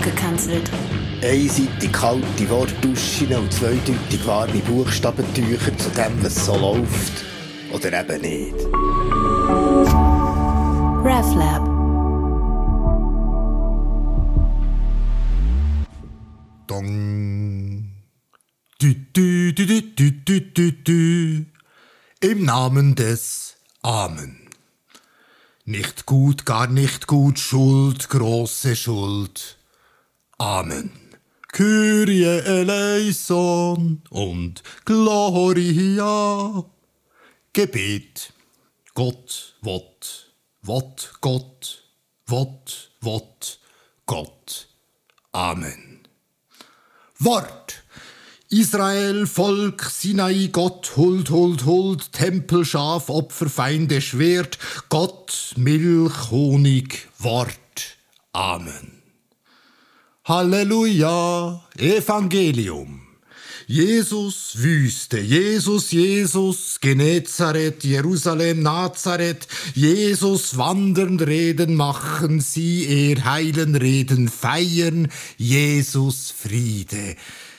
abgekanzelt. Einseitig kalte Wortduschen und zweideutig warme Buchstabentücher zu dem, was so läuft. Oder eben nicht. RefLab. Dong. Dü, dü, dü, dü, dü, dü, dü, dü. Im Namen des Amen. Nicht gut, gar nicht gut, Schuld, große Schuld. Amen. Kyrie eleison und Gloria. Gebet. Gott, Wott, Gott, Wott, Gott. Amen. Wort. Israel, Volk, Sinai, Gott, Huld, Tempel, Schaf, Opfer, Feinde, Schwert, Gott, Milch, Honig, Wort. Amen. Halleluja, Evangelium. Jesus, Wüste, Jesus, Genezareth, Jerusalem, Nazareth, Jesus, wandern, reden, machen, sie, heilen, reden, feiern, Jesus, Friede.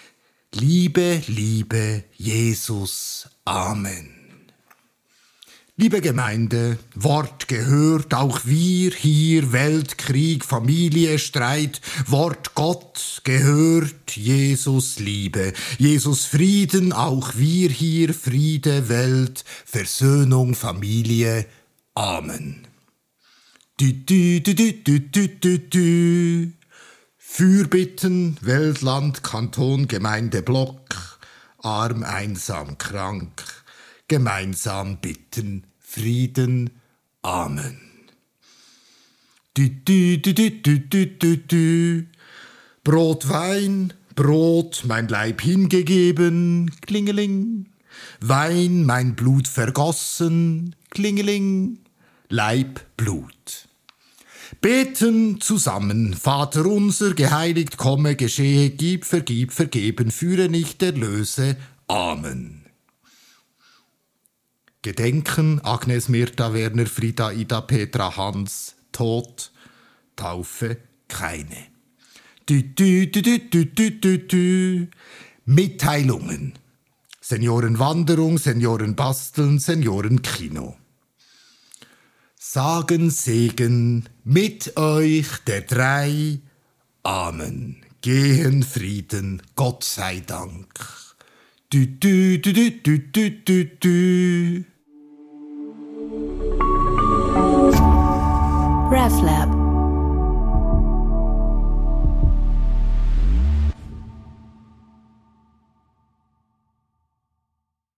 Liebe, Jesus, Amen. Liebe Gemeinde, Wort gehört, auch wir hier, Welt, Krieg, Familie, Streit, Wort Gott gehört, Jesus Liebe, Jesus Frieden, auch wir hier, Friede, Welt, Versöhnung, Familie, Amen. Fürbitten, Welt, Land, Kanton, Gemeinde, Block, arm, einsam, krank, gemeinsam bitten, Frieden, Amen. Brot, Wein, Brot, mein Leib hingegeben, klingeling, Wein, mein Blut vergossen, klingeling, Leib, Blut. Beten zusammen, Vater unser, geheiligt komme, geschehe, gib, vergib, vergeben, führe nicht, erlöse, Amen. Gedenken Agnes, Mirta, Werner, Frieda, Ida, Petra, Hans, Tod, Taufe, keine. Mitteilungen. Seniorenwanderung, Seniorenbasteln, Seniorenkino. Sagen Segen mit euch der drei. Amen. Gehen Frieden, Gott sei Dank. RefLab.